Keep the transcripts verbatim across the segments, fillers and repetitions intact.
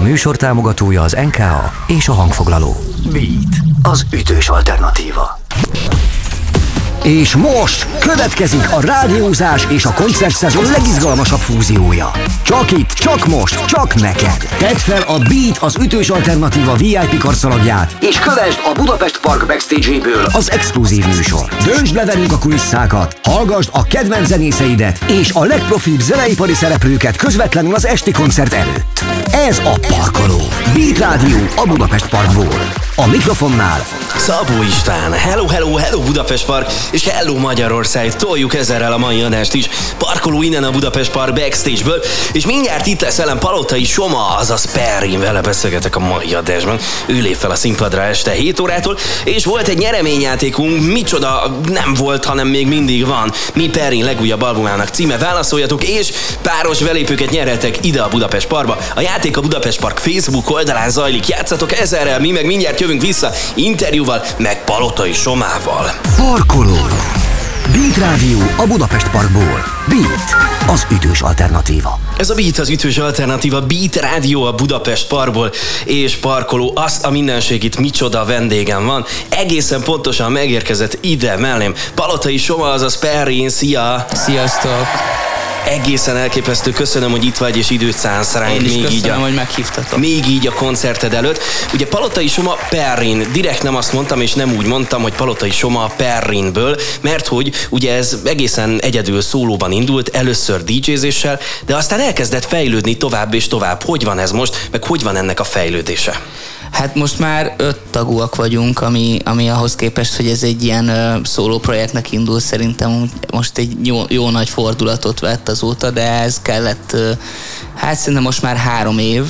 műsor támogatója az en ká á és a hangfoglaló. Beat, az ütős alternatíva. És most következik a rádiózás és a koncertszezon legizgalmasabb fúziója. Csak itt, csak most, csak neked. Tedd fel a Beat, az ütős alternatíva vé i pé karszalagját, és kövesd a Budapest Park backstage-éből az exkluzív műsor. Döntsd le velünk a kulisszákat, hallgasd a kedvenc zenészeidet és a legprofibb zeneipari szereplőket közvetlenül az esti koncert előtt. Ez a Parkoló. Beat Rádió a Budapest Parkból. A mikrofonnál Szabó István. Hello, hello, hello Budapest Park, és hello Magyarország. Toljuk ezerrel a mai adást is. Parkoló innen a Budapest Park backstage-ből, és mindjárt itt lesz velem Palotai Soma, azaz Perrin, vele beszélgetek a mai adásban. Ő lép fel a színpadra este hét órától, és volt egy nyereményjátékunk, micsoda nem volt, hanem még mindig van. Mi Perrin legújabb albumának címe, válaszoljatok, és páros belépőket nyerhetek ide a Budapest Parkba. A játék a Budapest Park Facebook oldalán zajlik, játszatok ezerrel, mi meg mindjárt jövünk vissza interjúval, meg Palotai Somával. Parkoló. Beat Rádió a Budapest Parkból. Beat, az ütős alternatíva. Ez a Beat, az ütős alternatíva, Beat Rádió a Budapest Parkból, és Parkoló, azt a mindenségit, micsoda vendégem van. Egészen pontosan megérkezett ide mellém Palotai Soma, azaz Perrin, szia! Sziasztok! Egészen elképesztő, köszönöm, hogy itt vagy és időt szánsz ránk. Én is még köszönöm, így a, hogy meghívtatok. Még így a koncerted előtt. Ugye Palotai Soma Perrin, direkt nem azt mondtam, és nem úgy mondtam, hogy Palotai Soma Perrinből, mert hogy ugye ez egészen egyedül szólóban indult, először dé jézéssel, de aztán elkezdett fejlődni tovább és tovább. Hogy van ez most, meg hogy van ennek a fejlődése? Hát most már öt tagúak vagyunk, ami, ami ahhoz képest, hogy ez egy ilyen uh, szóló projektnek indul, szerintem most egy jó, jó nagy fordulatot vett azóta, de ez kellett, uh, hát szerintem most már három év,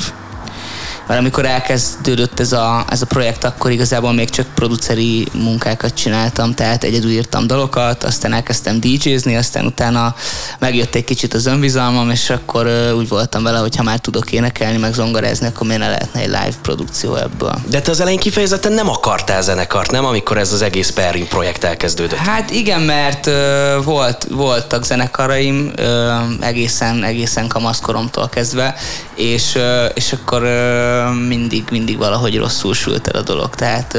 mert amikor elkezdődött ez a, ez a projekt, akkor igazából még csak produceri munkákat csináltam, tehát egyedül írtam dalokat, aztán elkezdtem dé jézni, aztán utána megjött egy kicsit az önbizalmam, és akkor uh, úgy voltam vele, hogy ha már tudok énekelni, meg zongorázni, akkor miért ne lehetne egy live produkció ebből. De te az elején kifejezetten nem akartál zenekart, nem? Amikor ez az egész Perrin projekt elkezdődött. Hát igen, mert uh, volt, voltak zenekaraim uh, egészen, egészen kamaszkoromtól kezdve, és, uh, és akkor uh, mindig, mindig valahogy rosszul sült el a dolog. Tehát,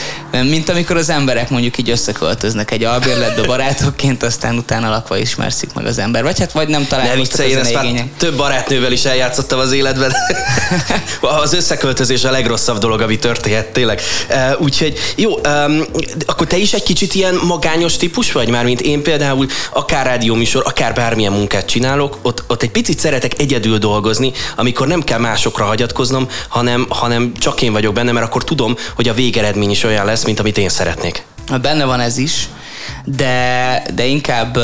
mint amikor az emberek mondjuk így összeköltöznek egy albérletbe barátokként, aztán utána lakva ismerszik meg az ember. Vagy hát vagy nem találkoztak a zeneigények. Több barátnővel is eljátszottam az életben. Az összeköltözés a legrosszabb dolog, ami történhet, tényleg. Úgyhogy jó, akkor te is egy kicsit ilyen magányos típus vagy már, mint én például, akár rádióműsor, akár bármilyen munkát csinálok, ott, ott egy picit szeretek egyedül dolgozni, amikor nem kell másokra hagyatkoznom, hanem, hanem csak én vagyok benne, mert akkor tudom, hogy a végeredmény is olyan lesz, mint amit én szeretnék. Benne van ez is, de, de inkább,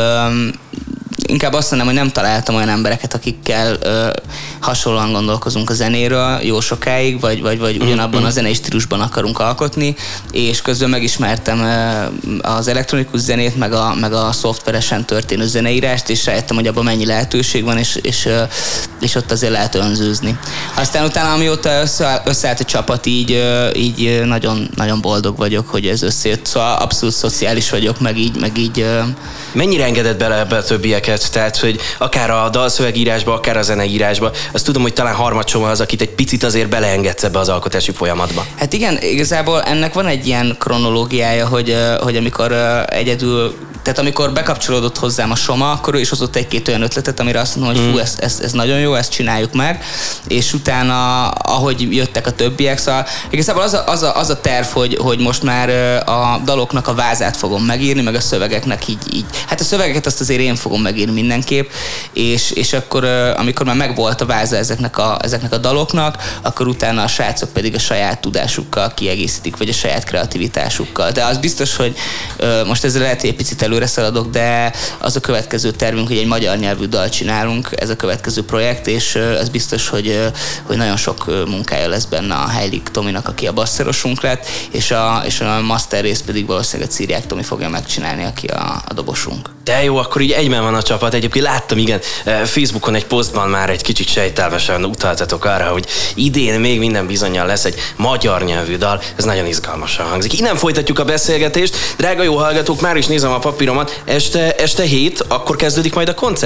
inkább azt mondom, hogy nem találtam olyan embereket, akikkel ö, hasonlóan gondolkozunk a zenéről jó sokáig, vagy, vagy, vagy ugyanabban mm-hmm. a zenei stílusban akarunk alkotni, és közben megismertem ö, az elektronikus zenét, meg a, meg a szoftveresen történő zeneírást, és rájöttem, hogy abban mennyi lehetőség van, és, és, ö, és ott azért lehet önzőzni. Aztán utána, amióta össze, összeállt a csapat, így, ö, így nagyon, nagyon boldog vagyok, hogy ez összejött. Szóval abszolút szociális vagyok, meg így, meg így ö, mennyire engedett bele ebbe a többieket? Tehát, hogy akár a dalszövegírásba, akár a zeneírásba, azt tudom, hogy talán harmadsoma az, akit egy picit azért beleengedsz ebbe az alkotási folyamatba. Hát igen, igazából ennek van egy ilyen kronológiája, hogy, hogy amikor egyedül, tehát amikor bekapcsolódott hozzám a Soma, akkor ő is hozott egy-két olyan ötletet, amire azt mondom, hogy fú, ez, ez, ez nagyon jó, ezt csináljuk meg, és utána, ahogy jöttek a többiek, szóval igazából az a, az a, az a terv, hogy, hogy most már a daloknak a vázát fogom megírni, meg a szövegeknek így, így. Hát a szövegeket azt azért én fogom megírni mindenképp, és, és akkor, amikor már megvolt a váza ezeknek a, ezeknek a daloknak, akkor utána a srácok pedig a saját tudásukkal kiegészítik, vagy a saját kreativitásukkal. De az biztos, hogy most ezzel lehet, hogy egy picit előre szaladok, de az a következő tervünk, hogy egy magyar nyelvű dalt csinálunk, ez a következő projekt, és az biztos, hogy, hogy nagyon sok munkája lesz benne a Heilig Tominak, aki a basszerosunk lett, és a, és a master rész pedig valószínűleg a Círiák Tomi fogja megcsinálni, aki a, a dobosunk. De jó, akkor így egyben van a csapat. Egyébként láttam, igen, Facebookon egy posztban már egy kicsit sejtelmesen utaltatok arra, hogy idén még minden bizonnyal lesz egy magyar nyelvű dal. Ez nagyon izgalmasan hangzik. Innen folytatjuk a beszélgetést. Drága jó hallgatók, már is nézem a papíromat. Este, este hét, akkor kezdődik majd a koncert?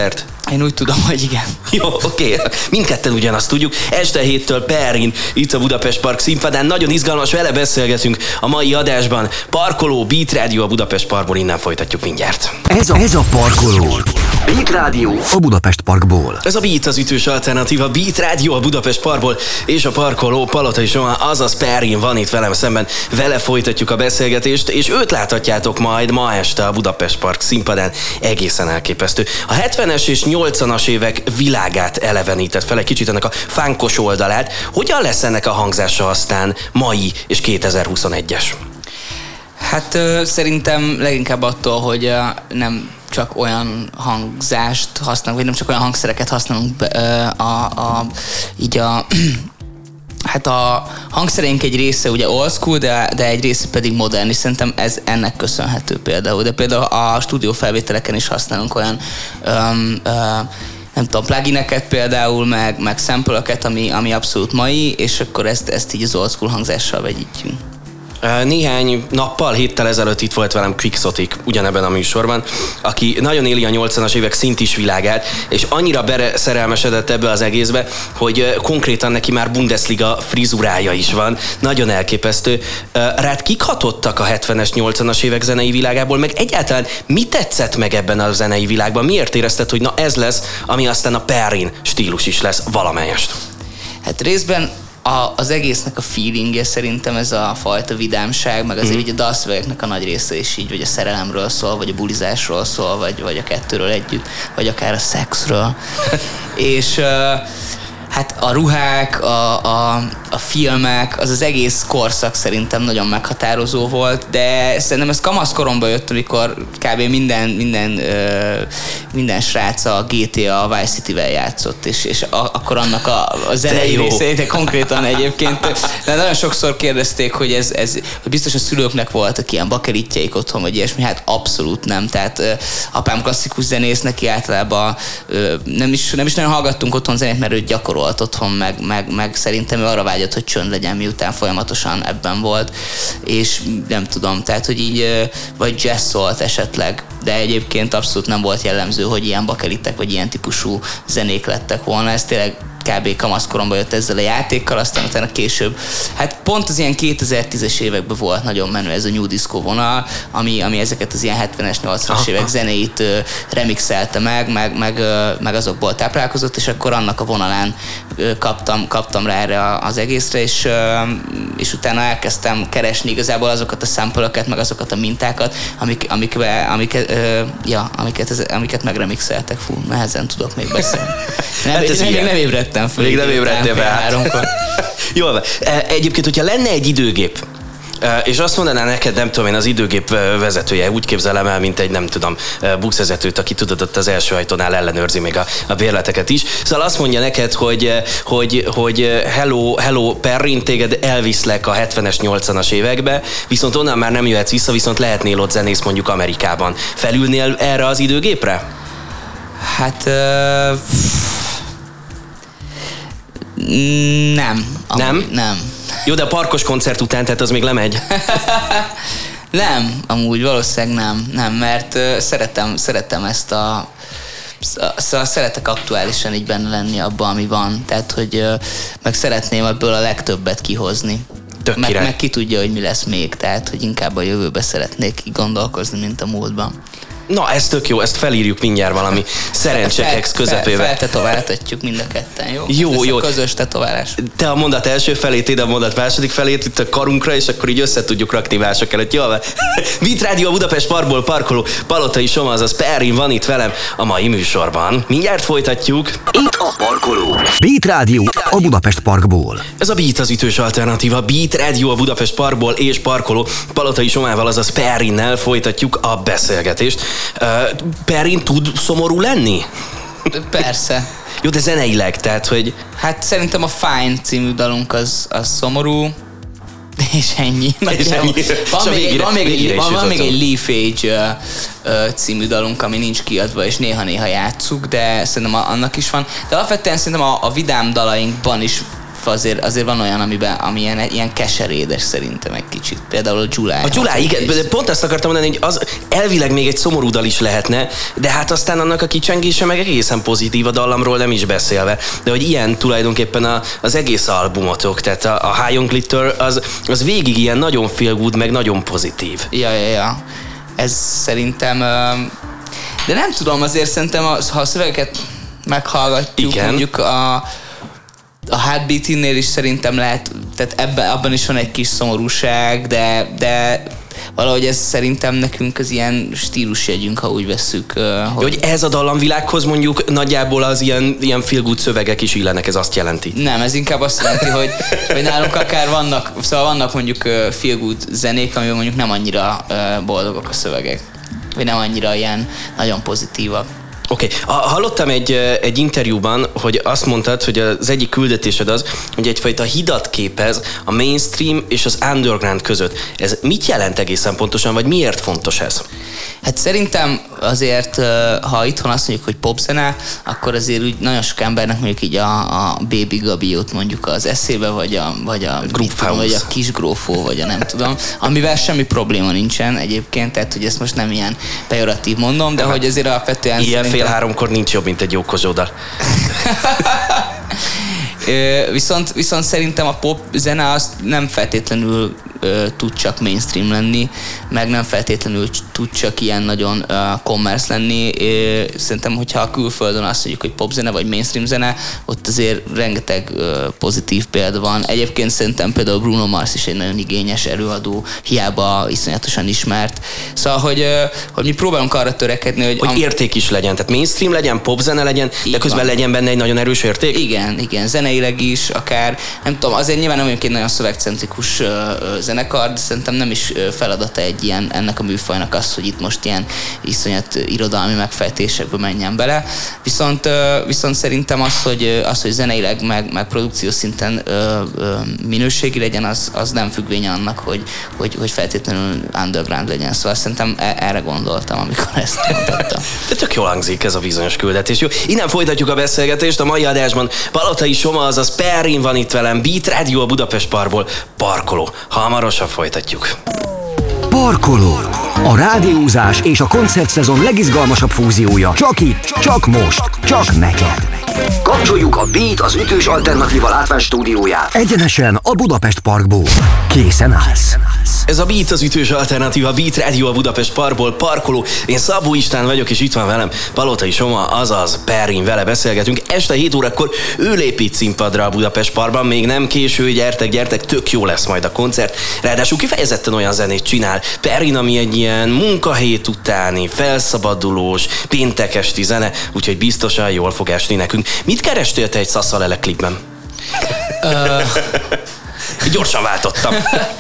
Én úgy tudom, hogy igen. Jó, oké. Okay. Mindketten ugyanazt tudjuk. Este héttől Perrin, itt a Budapest Park színpadán. Nagyon izgalmas, vele beszélgetünk a mai adásban. Parkoló, Beat Rádió a Budapest Parkból, innen folytatjuk mindjárt. Ez a, ez a Parkoló. Beat Rádió a Budapest Parkból. Ez a Beat az ütős alternatíva, Beat Rádió a Budapest Parkból, és a Parkoló Palotai Zsolt, azaz Perrin van itt velem szemben. Vele folytatjuk a beszélgetést, és őt láthatjátok majd ma este a Budapest Park színpadán. Egészen elképesztő. A hetvenes és nyolcvanas évek világát elevenített fel, egy kicsit ennek a fánkos oldalát. Hogyan lesz ennek a hangzása aztán mai és kétezer-huszonegyes? Hát ö, szerintem leginkább attól, hogy ö, nem csak olyan hangzást használunk, vagy nem csak olyan hangszereket használunk be, ö, a, a, így a... Hát a hangszereink egy része ugye old school, de, de egy része pedig modern, és szerintem ez ennek köszönhető például. De például a stúdiófelvételeken is használunk olyan öm, ö, nem tudom, plugineket például, meg, meg sample-öket, ami, ami abszolút mai, és akkor ezt, ezt így az old school hangzással vegyítjük. Néhány nappal, héttel ezelőtt itt volt velem Quixotic, ugyanebben a műsorban, aki nagyon éli a nyolcvanas évek szintis világát, és annyira beszerelmesedett ebbe az egészbe, hogy konkrétan neki már Bundesliga frizurája is van. Nagyon elképesztő. Rád kik hatottak a hetvenes, nyolcvanas évek zenei világából, meg egyáltalán mi tetszett meg ebben a zenei világban? Miért érezted, hogy na ez lesz, ami aztán a Perrin stílus is lesz valamelyest? Hát részben A, az egésznek a feelingje szerintem ez a fajta vidámság, meg azért mm. így a dalszövegeknek a nagy része is így, vagy a szerelemről szól, vagy a bulizásról szól, vagy, vagy a kettőről együtt, vagy akár a szexről. És uh, hát a ruhák, a, a, a filmek, az az egész korszak szerintem nagyon meghatározó volt, de szerintem ez kamaszkoromban jött, amikor kb. minden, minden, ö, minden srác a gé té á, a Vice City-vel játszott, és, és a, akkor annak a, a zenei részét, de konkrétan egyébként, de nagyon sokszor kérdezték, hogy ez, ez hogy biztos a szülőknek voltak ilyen bakelitjeik otthon, vagy ilyesmi, hát abszolút nem, tehát ö, apám klasszikus zenész, neki általában ö, nem, is, nem is nagyon hallgattunk otthon zenét, mert ő gyakorolt otthon, meg, meg, meg szerintem ő arra vágyott, hogy csönd legyen, miután folyamatosan ebben volt, és nem tudom, tehát, hogy így, vagy jazz szólt esetleg, de egyébként abszolút nem volt jellemző, hogy ilyen bakelitek, vagy ilyen típusú zenék lettek volna, ez tényleg kb. Kamaszkoromban jött ezzel a játékkal, aztán utána később. Hát pont az ilyen kétezer-tízes években volt nagyon menő ez a new disco vonal, ami, ami ezeket az ilyen hetvenes, nyolcvanas évek zenéit uh, remixelte meg, meg, meg, uh, meg azokból táplálkozott, és akkor annak a vonalán uh, kaptam, kaptam rá erre az egészre, és, uh, és utána elkezdtem keresni igazából azokat a sample-öket, meg azokat a mintákat, amik, amikbe, amiket, uh, ja, amiket, amiket megremixeltek. Fú, nehezen tudok még beszélni. Nem, hát ez nem, nem ébredtem. Még nem ébredtél be át. Jól van. Egyébként, hogyha lenne egy időgép, és azt mondaná neked, nem tudom én, az időgép vezetője, úgy képzelem el, mint egy, nem tudom, buszvezetőt, aki tudod, ott az első ajtónál ellenőrzi még a, a bérleteket is. Szóval azt mondja neked, hogy, hogy, hogy hello, hello Perrin, téged elviszlek a hetvenes, nyolcvanas évekbe, viszont onnan már nem jöhetsz vissza, viszont lehetnél ott zenész mondjuk Amerikában. Felülnél erre az időgépre? Hát... Uh... Nem. Amúgy, nem? Nem. Jó, de a parkos koncert után, tehát az még lemegy? Nem, amúgy valószínűleg nem. Nem, mert uh, szeretem, szeretem ezt a... Szóval szeretek aktuálisan így benne lenni abban, ami van. Tehát, hogy uh, meg szeretném ebből a legtöbbet kihozni. Meg, meg ki tudja, hogy mi lesz még. Tehát, hogy inkább a jövőbe szeretnék gondolkozni, mint a múltban. Na, ez tök jó, ezt felírjuk mindjárt valami szerencsekex közepébe. Feltetováltatjuk mind a ketten, jó? Jó, jó. Közös tetoválás. Te a mondat első felét, ide a mondat második felét, itt a karunkra, és akkor így össze tudjuk rakni mások előtt. Jól van? Beat Rádió a Budapest Parkból Parkoló Palotai Zsolt, azaz Perrin van itt velem a mai műsorban. Mindjárt folytatjuk. Itt a Parkoló. Beat Rádió a Budapest Parkból. Ez a Beat az ütős alternatíva. Beat Rádió a Budapest Parkból és Parkoló Palotai Zsoltval, azaz Perrinnel folytatjuk a beszélgetést. Uh, Perrin tud szomorú lenni? Persze. Jó, de zeneileg, tehát, hogy... Hát szerintem a Fine című dalunk az, az szomorú, és ennyi. És ennyi. Van, még, végére, van, még, egy, van, van még egy Leaf Age uh, uh, című dalunk, ami nincs kiadva, és néha-néha játsszuk, de szerintem annak is van. De alapvetően szerintem a, a vidám dalainkban is azért, azért van olyan, amiben, ami ilyen, ilyen keserédes szerintem egy kicsit. Például a July. A July, igen, pont ezt akartam mondani, hogy az elvileg még egy szomorú dal is lehetne, de hát aztán annak a kicsengése meg egészen pozitív, a dallamról nem is beszélve. De hogy ilyen tulajdonképpen a, az egész albumotok, tehát a, a High on Glitter az, az végig ilyen nagyon feel good, meg nagyon pozitív. Ja, ja, ja. Ez szerintem... De nem tudom, azért szerintem, ha a szövegeket meghallgatjuk, igen. Mondjuk a, a Heartbeat-nél is szerintem lehet, tehát ebben, abban is van egy kis szomorúság, de, de valahogy ez szerintem nekünk az ilyen stílusjegyünk, ha úgy vesszük. Hogy, hogy ez a dallamvilághoz mondjuk nagyjából az ilyen, ilyen feel good szövegek is illenek, ez azt jelenti? Nem, ez inkább azt jelenti, hogy, hogy nálunk akár vannak, szóval vannak mondjuk feel good zenék, amiben mondjuk nem annyira boldogok a szövegek, vagy nem annyira ilyen nagyon pozitívak. Oké, okay. Hallottam egy, egy interjúban, hogy azt mondtad, hogy az egyik küldetésed az, hogy egyfajta hidat képez a mainstream és az underground között. Ez mit jelent egészen pontosan, vagy miért fontos ez? Hát szerintem azért, ha itthon azt mondjuk, hogy popzene, akkor azért úgy nagyon sok embernek mondjuk így a, a Baby Gabi-ot mondjuk az eszébe, vagy a, vagy a, tudom, vagy a Kisgrófó, vagy a nem tudom, amivel semmi probléma nincsen egyébként, tehát hogy ezt most nem ilyen pejoratív mondom, de hát, hogy azért alapvetően ilyen fél háromkor nincs jobb, mint egy jó kozsódal. viszont, viszont szerintem a pop zene az nem feltétlenül ö, tud csak mainstream lenni, meg nem feltétlenül tud csak ilyen nagyon uh, commerce lenni. Ö, szerintem, hogyha a külföldön azt mondjuk, hogy popzene vagy mainstream zene, ott azért rengeteg uh, pozitív példa van. Egyébként szerintem például Bruno Mars is egy nagyon igényes előadó, hiába iszonyatosan ismert. Szóval, hogy, uh, hogy mi próbálunk arra törekedni, hogy... Hogy am- érték is legyen, tehát mainstream legyen, popzene legyen, de közben van. Legyen benne egy nagyon erős érték? Igen, igen, zeneileg is, akár, nem tudom, azért nyilván nem vagyunk egy nagyon szövegcentrikus uh, zenekar, de szerintem nem is feladata egy ilyen, ennek a műfajnak az, hogy itt most ilyen iszonyat irodalmi megfejtésekbe menjen bele. Viszont, uh, viszont szerintem az, hogy, az, hogy zeneileg meg, meg produkciós szinten uh, uh, minőségi legyen, az, az nem függvény annak, hogy, hogy, hogy feltétlenül underground legyen. Szóval szerintem erre gondoltam, amikor ezt mondtam. De tök jól hangzik ez a bizonyos küldetés. Jó, innen folytatjuk a beszélgetést a mai adásban. Palotai Soma, azaz Perrin van itt velem, Beat Radio a Budapest Parkból, Parkoló. Hamarosan folytatjuk. Parkoló. A rádiózás és a koncertszezon legizgalmasabb fúziója. Csak itt, csak most, csak neked. Kapcsoljuk a Beat, az ütős alternatíva látvás stúdióját. Egyenesen a Budapest Parkból. Készen állsz? Ez a Beat, az ütős alternatíva, Beat Radio a Budapest Parkból, Parkoló. Én Szabó István vagyok, és itt van velem Palotai Soma, azaz Perrin, vele beszélgetünk. Este hét órakor ő lép itt színpadra a Budapest Parkban, még nem késő, gyertek, gyertek, tök jó lesz majd a koncert. Ráadásul kifejezetten olyan zenét csinál Perrin, ami egy ilyen munkahét utáni, felszabadulós, péntek esti zene, úgyhogy biztosan jól fog esni nekünk. Mit kerestél te egy Szaszalele klipben? Uh... Gyorsan váltottam.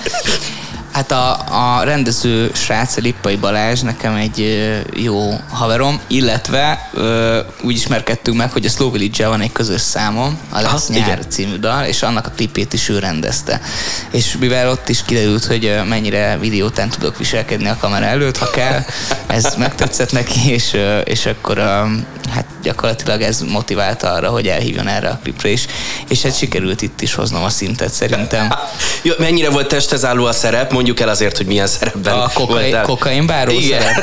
Hát a, a rendező srác, Lippai Balázs, nekem egy ö, jó haverom, illetve ö, úgy ismerkedtünk meg, hogy a Slow Village-el van egy közös számom, a Lesz Nyár igen. című dal, és annak a klipét is ő rendezte. És mivel ott is kiderült, hogy mennyire videótán tudok viselkedni a kamera előtt, ha kell, ez megtetszett neki, és, és akkor ö, hát gyakorlatilag ez motiválta arra, hogy elhívjon erre a klipre is, és hát sikerült itt is hoznom a szintet szerintem. Jó, mennyire volt testhez álló a szerep? Mondjuk el azért, hogy milyen szerepben a kokai, kokainbáró szerep.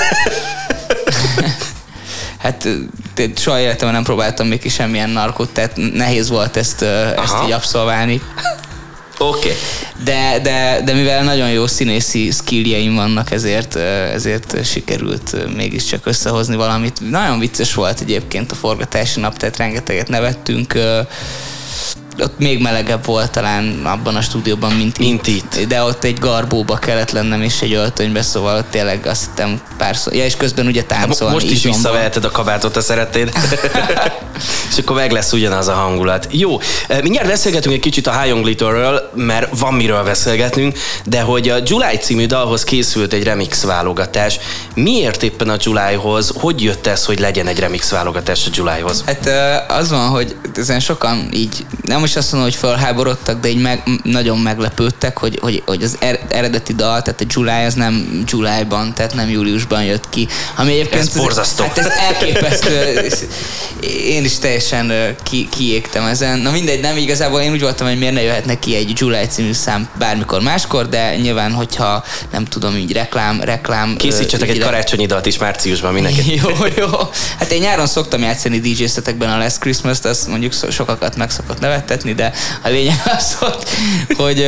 Hát soha életemben nem próbáltam még ki semmilyen narkot, tehát nehéz volt ezt, ezt így abszolválni. Oké. Okay. De, de, de mivel nagyon jó színészi skilljeim vannak, ezért, ezért sikerült mégiscsak összehozni valamit. Nagyon vicces volt egyébként a forgatási nap, tehát rengeteget nevettünk. Ott még melegebb volt talán abban a stúdióban, mint, mint itt. itt. De ott egy garbóba kellett lennem, és egy öltönybe, szóval ott tényleg azt hittem párszor. Ja, és közben ugye táncolni. Most is visszaveheted a kabátot, ha szeretnéd. És akkor meg lesz ugyanaz a hangulat. Jó, mindjárt beszélgetünk egy kicsit a High on Glitterről, mert van miről beszélgetnünk, de hogy a July című dalhoz készült egy remix válogatás. Miért éppen a Julyhoz? Hogy jött ez, hogy legyen egy remix válogatás a Julyhoz? Hát az van, hogy ezen sokan így, nem is azt mondom, hogy felháborodtak, de így meg, nagyon meglepődtek, hogy, hogy, hogy az er, eredeti dal, tehát a July az nem Julyban, tehát nem júliusban jött ki. Ami egyébként ez borzasztó. Hát ez elképesztő. Én is teljesen ki, kiégtem ezen. Na mindegy, nem igazából én úgy voltam, hogy miért ne jöhetne ki egy July című szám bármikor máskor, de nyilván, hogyha nem tudom, így reklám, reklám. Készítsetek egy karácsonyi dalt is márciusban mindenki. Jó, jó. Hát én nyáron szoktam játszani dé jé-szetekben a Last Christmas-t, azt mondjuk sokakat meg szokott nevettetni, de a lényeg az, hogy, hogy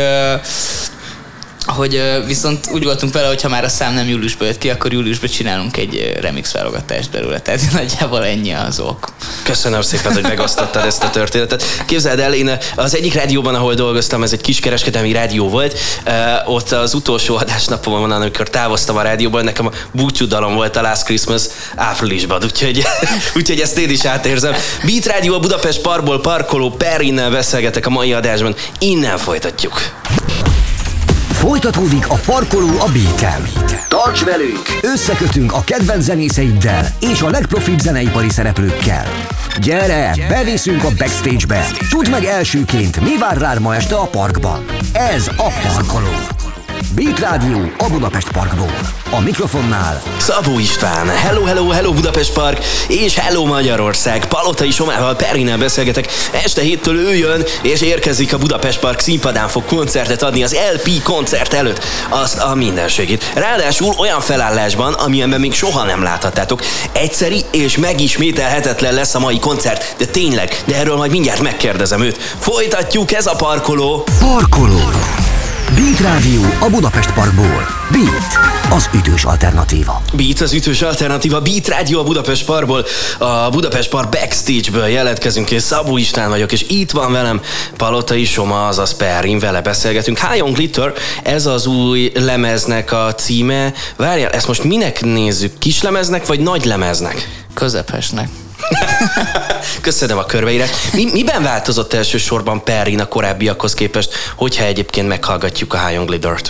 hogy viszont úgy voltunk vele, hogy ha már a szám nem júliusban jött ki, akkor júliusban csinálunk egy remix válogatást belőle. Tehát nagyjából ennyi az ok. Köszönöm szépen, hogy megosztottad ezt a történetet. Képzeld el, én az egyik rádióban, ahol dolgoztam, ez egy kiskereskedelmi rádió volt, ott az utolsó adásnapomon, amikor távoztam a rádióból, nekem a búcsúdalom volt a Last Christmas áprilisban, úgyhogy, úgyhogy ezt én is átérzem. Beat Rádió a Budapest Parkból parkoló Perrinnel beszélgetek a mai adásban. Innen folytatjuk. Folytatódik a parkoló a Beaten. Tarts velünk! Összekötünk a kedvenc zenészeiddel és a legprofibb zeneipari szereplőkkel. Gyere, beviszünk a backstage-be! Tudd meg elsőként, mi vár rád ma este a parkban. Ez a Parkoló. Beat Rádió a Budapest Parkból. A mikrofonnál Szabó István, hello, hello, hello Budapest Park, és hello Magyarország. Palotai Somával, Perrinnel beszélgetek. Este héttől ő jön, és érkezik a Budapest Park színpadán, fog koncertet adni az el pé koncert előtt. Azt a mindenségét. Ráadásul olyan felállásban, amilyenben még soha nem láthattátok. Egyszeri és megismételhetetlen lesz a mai koncert, de tényleg, de erről majd mindjárt megkérdezem őt. Folytatjuk, ez a Parkoló. Parkoló. Beat Rádió a Budapest Parkból. Beat, az ütős alternatíva. Beat, az ütős alternatíva. Beat Rádió a Budapest Parkból, a Budapest Park backstage-ből jelentkezünk. Én Szabó István vagyok, és itt van velem Palotai Soma, azaz Perrin, vele beszélgetünk. High on Glitter, ez az új lemeznek a címe. Várjál, ezt most minek nézzük? Kis lemeznek, vagy nagy lemeznek? Közepesnek. Köszönöm a körbeírást. Mi, miben változott elsősorban Perrin a korábbiakhoz képest, hogyha egyébként meghallgatjuk a High on Glitter-t?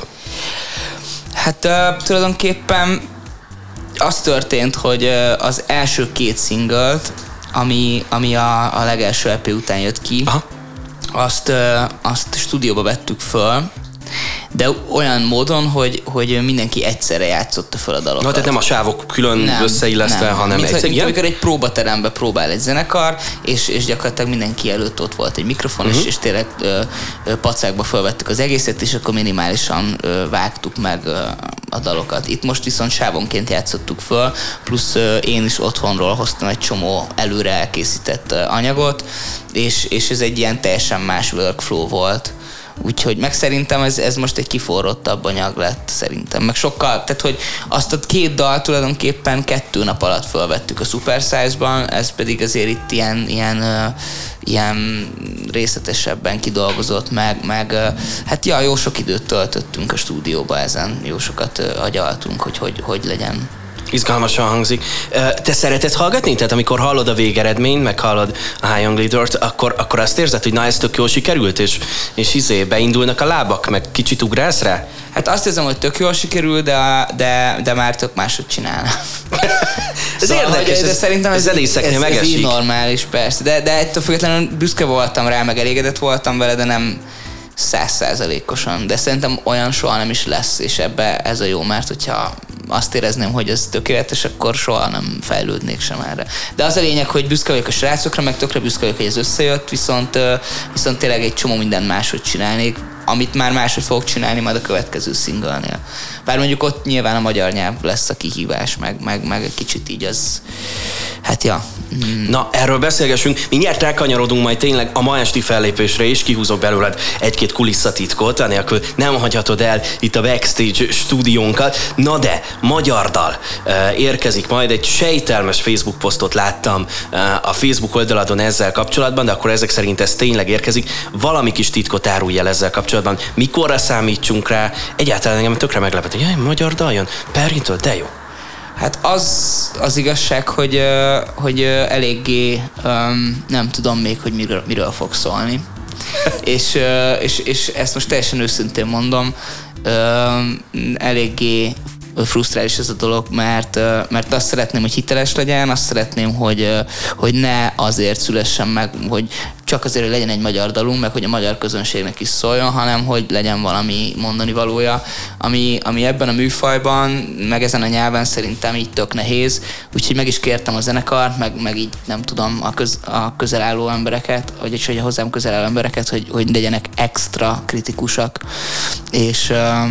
Hát uh, tulajdonképpen az történt, hogy uh, az első két szinglt, ami, ami a, a legelső é pé után jött ki, Aha. azt, uh, azt stúdióba vettük föl, de olyan módon, hogy, hogy mindenki egyszerre játszotta fel a dalokat. No, tehát nem a sávok külön nem, összeillesztve, nem. hanem mint, egyszer. Mint amikor egy próbaterembe próbál egy zenekar, és, és gyakorlatilag mindenki előtt ott volt egy mikrofon, uh-huh. és, és tényleg ö, ö, pacákba felvettük az egészet, és akkor minimálisan ö, vágtuk meg ö, a dalokat. Itt most viszont sávonként játszottuk föl, plusz ö, én is otthonról hoztam egy csomó előre elkészített ö, anyagot, és, és ez egy ilyen teljesen más workflow volt. Úgyhogy meg szerintem ez, ez most egy kiforrottabb anyag lett szerintem. Meg sokkal, tehát hogy azt a két dal tulajdonképpen kettő nap alatt felvettük a Super Size-ban, ez pedig azért itt ilyen, ilyen, uh, ilyen részletesebben kidolgozott meg, meg uh, hát ja, jó sok időt töltöttünk a stúdióba ezen, jó sokat uh, agyaltunk, hogy, hogy hogy legyen. Izgalmasan hangzik. Te szereted hallgatni? Tehát amikor hallod a végeredményt, meg hallod a High on Glitter-t, akkor, akkor azt érzed, hogy na ez tök jól sikerült, és, és izé, beindulnak a lábak, meg kicsit ugrálsz rá? Hát azt érzem, hogy tök jól sikerül, de, de, de már tök máshogy csinálnám. Ez szóval, érdekes, de ez, szerintem ez, ez, ez, ez, ez így normális, persze. De, de ettől függetlenül büszke voltam rá, meg elégedett voltam vele, de nem száz százalékosan. De szerintem olyan soha nem is lesz, és ebbe ez a jó, mert hogyha azt érezném, hogy ez tökéletes, akkor soha nem fejlődnék sem erre. De az a lényeg, hogy büszke vagyok a srácokra, meg tökre büszke vagyok, hogy ez összejött, viszont, viszont tényleg egy csomó mindent máshogy csinálnék, amit már máshogy fogok csinálni majd a következő szingolnél. Bár mondjuk ott nyilván a magyar nyelv lesz a kihívás, meg, meg, meg egy kicsit így az... Hát ja. Mm. Na, erről beszélgessünk. Mindjárt rákanyarodunk majd tényleg a ma esti fellépésre, és kihúzok belőled egy-két kulisszatitkot, anélkül nem hagyhatod el itt a backstage stúdiónkat. Na de, magyar dal érkezik majd, egy sejtelmes Facebook posztot láttam a Facebook oldaladon ezzel kapcsolatban, de akkor ezek szerint ez tényleg érkezik. Valami kis titkot árulj el ezzel kapcsolatban. Mikorra számítsunk rá? Egyáltalán engem tökre meglepett, hogy jaj, magyar dal jön? Perrintől, de jó. Hát az az igazság, hogy, hogy eléggé nem tudom még, hogy miről, miről fog szólni. és, és, és ezt most teljesen őszintén mondom, eléggé frusztrál is ez a dolog, mert, mert azt szeretném, hogy hiteles legyen, azt szeretném, hogy, hogy ne azért szülessen meg, hogy csak azért, hogy legyen egy magyar dalunk, meg hogy a magyar közönségnek is szóljon, hanem hogy legyen valami mondani valója, ami, ami ebben a műfajban, meg ezen a nyelven szerintem így tök nehéz. Úgyhogy meg is kértem a zenekart, meg, meg így nem tudom, a, köz, a közel álló embereket, vagyis hogy a hozzám közel álló embereket, hogy, hogy legyenek extra kritikusak, és,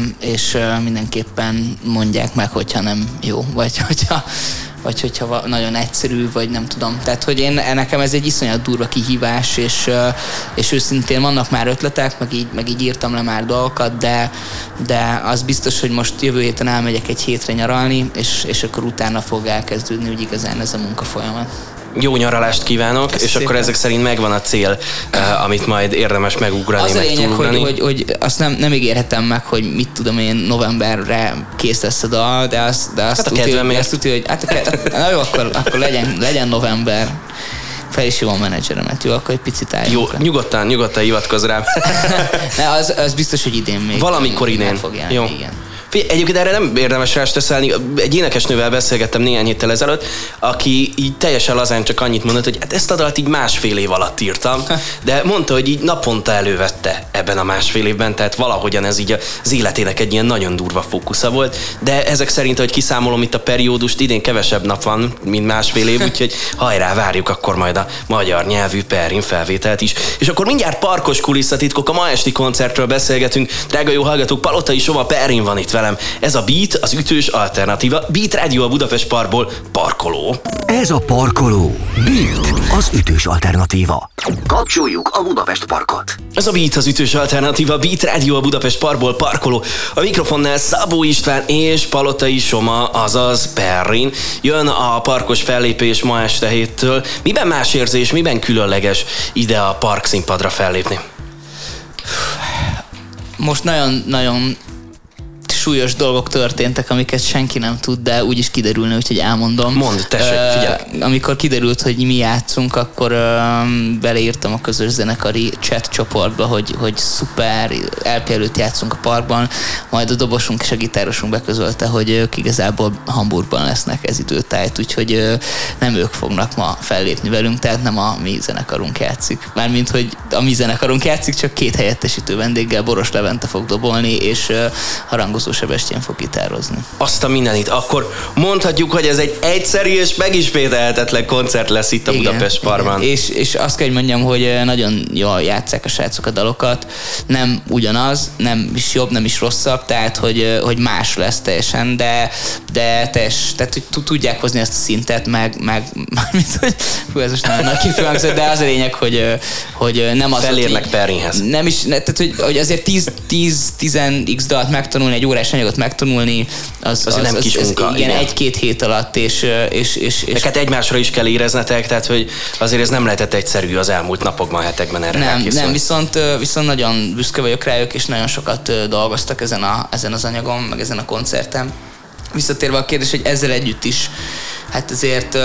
és mindenképpen mondják meg, hogyha nem jó, vagy hogyha vagy hogyha nagyon egyszerű, vagy nem tudom. Tehát, hogy én, nekem ez egy iszonyat durva kihívás, és, és őszintén vannak már ötletek, meg így, meg így írtam le már dolgokat, de, de az biztos, hogy most jövő héten elmegyek egy hétre nyaralni, és, és akkor utána fog elkezdődni úgy igazán ez a munkafolyamat. Jó nyaralást kívánok, Köszönöm. És szépen. Akkor ezek szerint megvan a cél, uh, amit majd érdemes megugrani, az meg a lényeg, túlugrani. hogy, hogy, hogy azt nem, nem ígérhetem meg, hogy mit tudom én, novemberre kész lesz a dal, de azt, de azt hát tudja, hogy, azt tudja, hogy hát a, na jó, akkor, akkor legyen, legyen november. Fel is jó a menedzseremet, jó, akkor egy picit álljunk. Jó, nyugodtan, nyugodtan hivatkozz rám. Ne, az, az biztos, hogy idén még. Valamikor idén. Jó. Igen. Egyébként erre nem érdemes rásteszelni. Egy énekesnővel beszélgettem néhány héttel ezelőtt, aki így teljesen lazán csak annyit mondott, hogy hát ezt a dalt így másfél év alatt írtam, de mondta, hogy így naponta elővette ebben a másfél évben, tehát valahogyan ez így az életének egy ilyen nagyon durva fókusza volt, de ezek szerint, hogy kiszámolom itt a periódust, idén kevesebb nap van, mint másfél év, úgyhogy hajrá, várjuk akkor majd a magyar nyelvű Perrin felvételt is. És akkor mindjárt parkos kulisszatitkok, a ma esti koncertről beszélgetünk. Drága jó hallgatók, Palotai Soma, Perrin van itt velem. Ez a Beat, az ütős alternatíva. Beat Rádió a Budapest Parkból, Parkoló. Ez a Parkoló. Beat, az ütős alternatíva. Kapcsoljuk a Budapest Parkot. Ez a Beat, az ütős alternatíva. Beat Rádió a Budapest Parkból, Parkoló. A mikrofonnál Szabó István és Palotai Soma, azaz Perrin. Jön a parkos fellépés ma este héttől. Miben más érzés, miben különleges ide a park színpadra fellépni? Most nagyon-nagyon súlyos dolgok történtek, amiket senki nem tud, de úgyis kiderülne, úgyhogy elmondom. Mondd, tessék, figyelj. Uh, amikor kiderült, hogy mi játszunk, akkor uh, beleírtam a közös zenekari chat csoportba, hogy, hogy szuper, el pé előtt játszunk a parkban, majd a dobosunk és a gitárosunk beközölte, hogy ők igazából Hamburgban lesznek ez időtájt, úgyhogy uh, nem ők fognak ma fellépni velünk, tehát nem a mi zenekarunk játszik. Mármint, hogy a mi zenekarunk játszik, csak két helyettesítő vendéggel, Boros Levente fog dobolni, és uh, harangozó Sebestyén fog gitározni. Azt a mindenit. Akkor mondhatjuk, hogy ez egy egyszerű és megismételhetetlen koncert lesz itt a igen, Budapest Parkban. És, és azt kell, hogy mondjam, hogy nagyon jól játsszák a srácok a dalokat. Nem ugyanaz, nem is jobb, nem is rosszabb, tehát hogy, hogy más lesz teljesen, de, de teljes, tehát hogy tudják hozni ezt a szintet, meg, meg mint, hogy hú, ez most nagyon nagy kifőhangzott, de az a lényeg, hogy, hogy nem az... Felérnek Perrinhez. Nem is, tehát hogy, hogy azért tíz x dalt megtanulni, egy órás anyagot megtanulni, az, az, az, nem az, kis az munka, igen, igen. egy-két hét alatt, és... és, és, és hát egymásra is kell éreznetek, tehát hogy azért ez nem lehetett egyszerű az elmúlt napokban, hetekben erre nem, elkészülni. Nem, viszont, viszont nagyon büszke vagyok rájuk, és nagyon sokat dolgoztak ezen, a, ezen az anyagon, meg ezen a koncerten. Visszatérve a kérdés, hogy ezzel együtt is, hát azért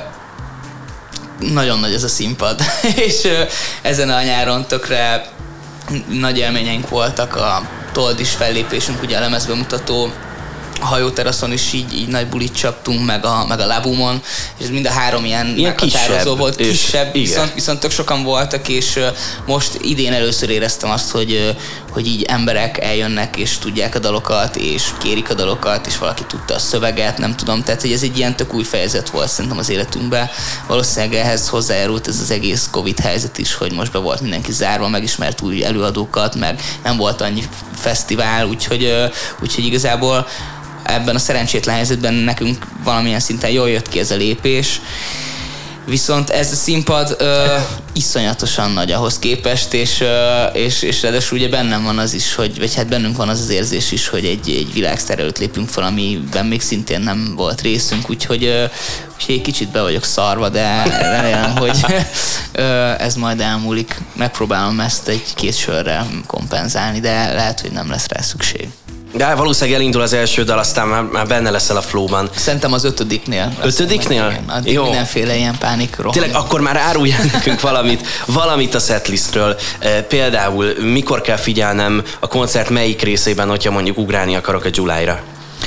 nagyon nagy ez a színpad, és ezen a nyáron tökre nagy élményeink voltak, a Toldis fellépésünk, ugye a lemezbemutató, a hajóteraszon is így, így nagy bulit csaptunk, meg a, meg a Labumon, és ez mind a három ilyen, ilyen meghatározó volt, kisebb, viszont, viszont tök sokan voltak, és most idén először éreztem azt, hogy, hogy így emberek eljönnek, és tudják a dalokat, és kérik a dalokat, és valaki tudta a szöveget, nem tudom, tehát hogy ez egy ilyen tök új fejezet volt szerintem az életünkben. Valószínűleg ehhez hozzájárult ez az egész Covid helyzet is, hogy most be volt mindenki zárva, megismert új előadókat, meg nem volt annyi fesztivál, úgyhogy, úgyhogy igazából ebben a szerencsétlen helyzetben nekünk valamilyen szinten jól jött ki ez a lépés. Viszont ez a színpad ö, iszonyatosan nagy ahhoz képest, és, ö, és, és ráadásul ugye bennem van az is, hogy, vagy hát bennünk van az az érzés is, hogy egy, egy világsztár előtt lépünk fel, amiben még szintén nem volt részünk, úgyhogy, ö, úgyhogy egy kicsit be vagyok szarva, de remélem, hogy ö, ez majd elmúlik. Megpróbálom ezt egy két sörrel kompenzálni, de lehet, hogy nem lesz rá szükség. De valószínűleg elindul az első dal, aztán már, már benne leszel a flowban. Szerintem az ötödiknél. Ötödiknél? Addig jó. Mindenféle ilyen pánik rohan. Tényleg akkor már áruljál nekünk valamit, valamit a setlistről. E, például mikor kell figyelnem a koncert melyik részében, hogyha mondjuk ugrálni akarok a July-ra?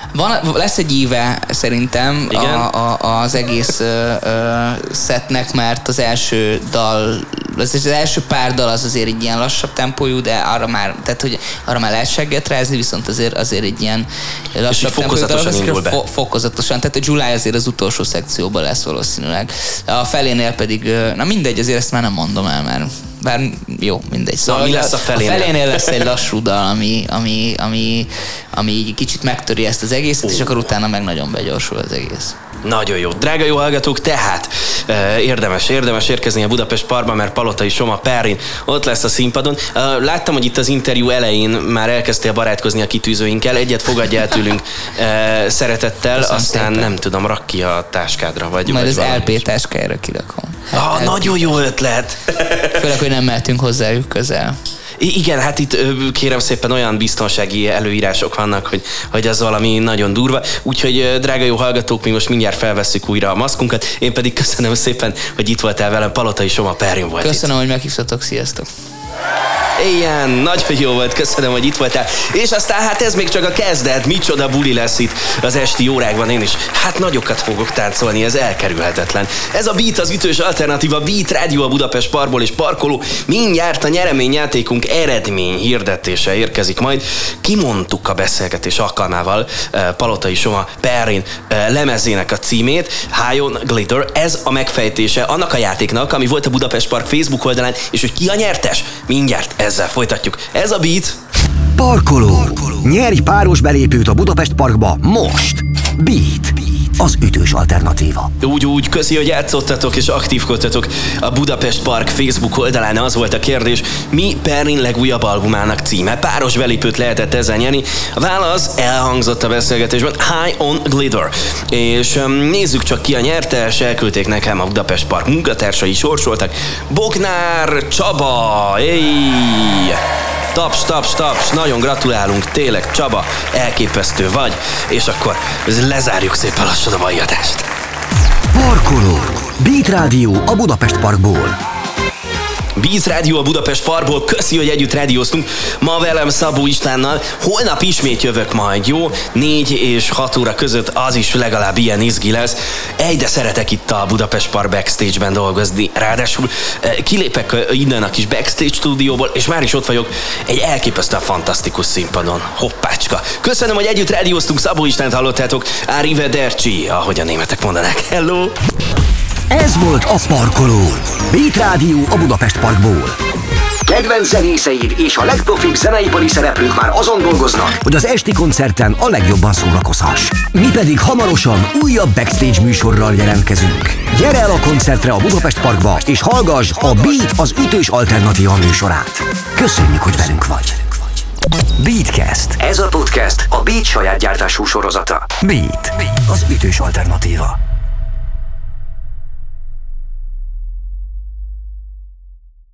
Van, lesz egy íve szerintem a, a, az egész ö, ö, setnek, mert az első dal, az, az első pár dal az azért egy ilyen lassabb tempójú, de arra már, tehát hogy arra már lehet segget rázni, viszont azért, azért egy ilyen lassabb tempójú. Fokozatosan indul be. Fo- fokozatosan, tehát a July azért az utolsó szekcióban lesz valószínűleg. A felénél pedig, na mindegy, azért ezt már nem mondom el, mert bár jó, mindegy. Szóval mi lesz a felénél? A felénél lesz egy lassú dal, ami, ami, ami, ami így kicsit megtöri ezt az egészet, oh. és akkor utána meg nagyon begyorsul az egész. Nagyon jó. Drága jó hallgatók, tehát eh, érdemes, érdemes érkezni a Budapest Parkba, mert Palotai Soma Perrin ott lesz a színpadon. Eh, láttam, hogy itt az interjú elején már elkezdtél barátkozni a kitűzőinkkel, egyet fogadj el tőlünk eh, szeretettel, Köszönöm aztán szépen. Nem tudom, rak ki a táskádra, vagy majd vagy az valami. el pé táskára kirakom. Ah, nagyon jó ötlet! Főleg, hogy nem mehetünk hozzájuk közel. Igen, hát itt kérem szépen olyan biztonsági előírások vannak, hogy, hogy az valami nagyon durva. Úgyhogy drága jó hallgatók, mi most mindjárt felvesszük újra a maszkunkat. Én pedig köszönöm szépen, hogy itt voltál velem, Palotai Soma Perrin volt. Köszönöm, itt. hogy meghívtatok, sziasztok! Ilyen, nagyon jó volt, köszönöm, hogy itt voltál. És aztán hát ez még csak a kezdet, micsoda buli lesz itt az esti órákban, én is hát nagyokat fogok táncolni, ez elkerülhetetlen. Ez a Beat, az ütős alternatíva, Beat Rádió a Budapest Parkból és parkoló. Mindjárt a nyereményjátékunk eredmény hirdetése érkezik majd. Kimondtuk a beszélgetés alkalmával Palotai Soma Perrin lemezének a címét, High on Glitter. Ez a megfejtése annak a játéknak, ami volt a Budapest Park Facebook oldalán, és hogy ki a nyertes? Mindjárt ezzel folytatjuk. Ez a Beat. Parkoló. Parkoló. Nyerj páros belépőt a Budapest Parkba most. Beat. Az ütős alternatíva. Úgy, úgy, köszi, hogy játszottatok és aktívkodtatok a Budapest Park Facebook oldalán. Az volt a kérdés, mi Perrin legújabb albumának címe? Páros belépőt lehetett ezzel nyerni. A válasz elhangzott a beszélgetésben, High on Glitter. És um, nézzük csak ki a nyertes, elküldték nekem a Budapest Park munkatársai, sorsoltak. Bognár Csaba, éj! Taps, taps, taps, nagyon gratulálunk, tényleg Csaba, elképesztő vagy, és akkor lezárjuk szépen lassan a mai adást. Parkoló. Beat Rádió a Budapest Parkból. Beat Rádió a Budapest Parkból, köszi, hogy együtt rádióztunk. Ma velem Szabó Istvánnal, holnap ismét jövök majd, jó? négy és hat óra között az is legalább ilyen izgi lesz. Egyre szeretek itt a Budapest Park backstage-ben dolgozni. Ráadásul kilépek innen a kis backstage stúdióból, és már is ott vagyok egy elképesztően fantasztikus színpadon. Hoppácska. Köszönöm, hogy együtt rádióztunk, Szabó Istvánt hallottátok. Arrivederci, ahogy a németek mondanák. Hello! Ez volt a Parkoló. Beat Rádió a Budapest Parkból. Kedvenc zenészeid és a legprofibb zeneipari szereplők már azon dolgoznak, hogy az esti koncerten a legjobban szórakozhass. Mi pedig hamarosan újabb backstage műsorral jelentkezünk. Gyere el a koncertre a Budapest Parkba, és hallgass a Beat, az ütős alternatíva műsorát. Köszönjük, hogy velünk vagy. Beatcast. Ez a podcast a Beat saját gyártású sorozata. Beat, az ütős alternatíva.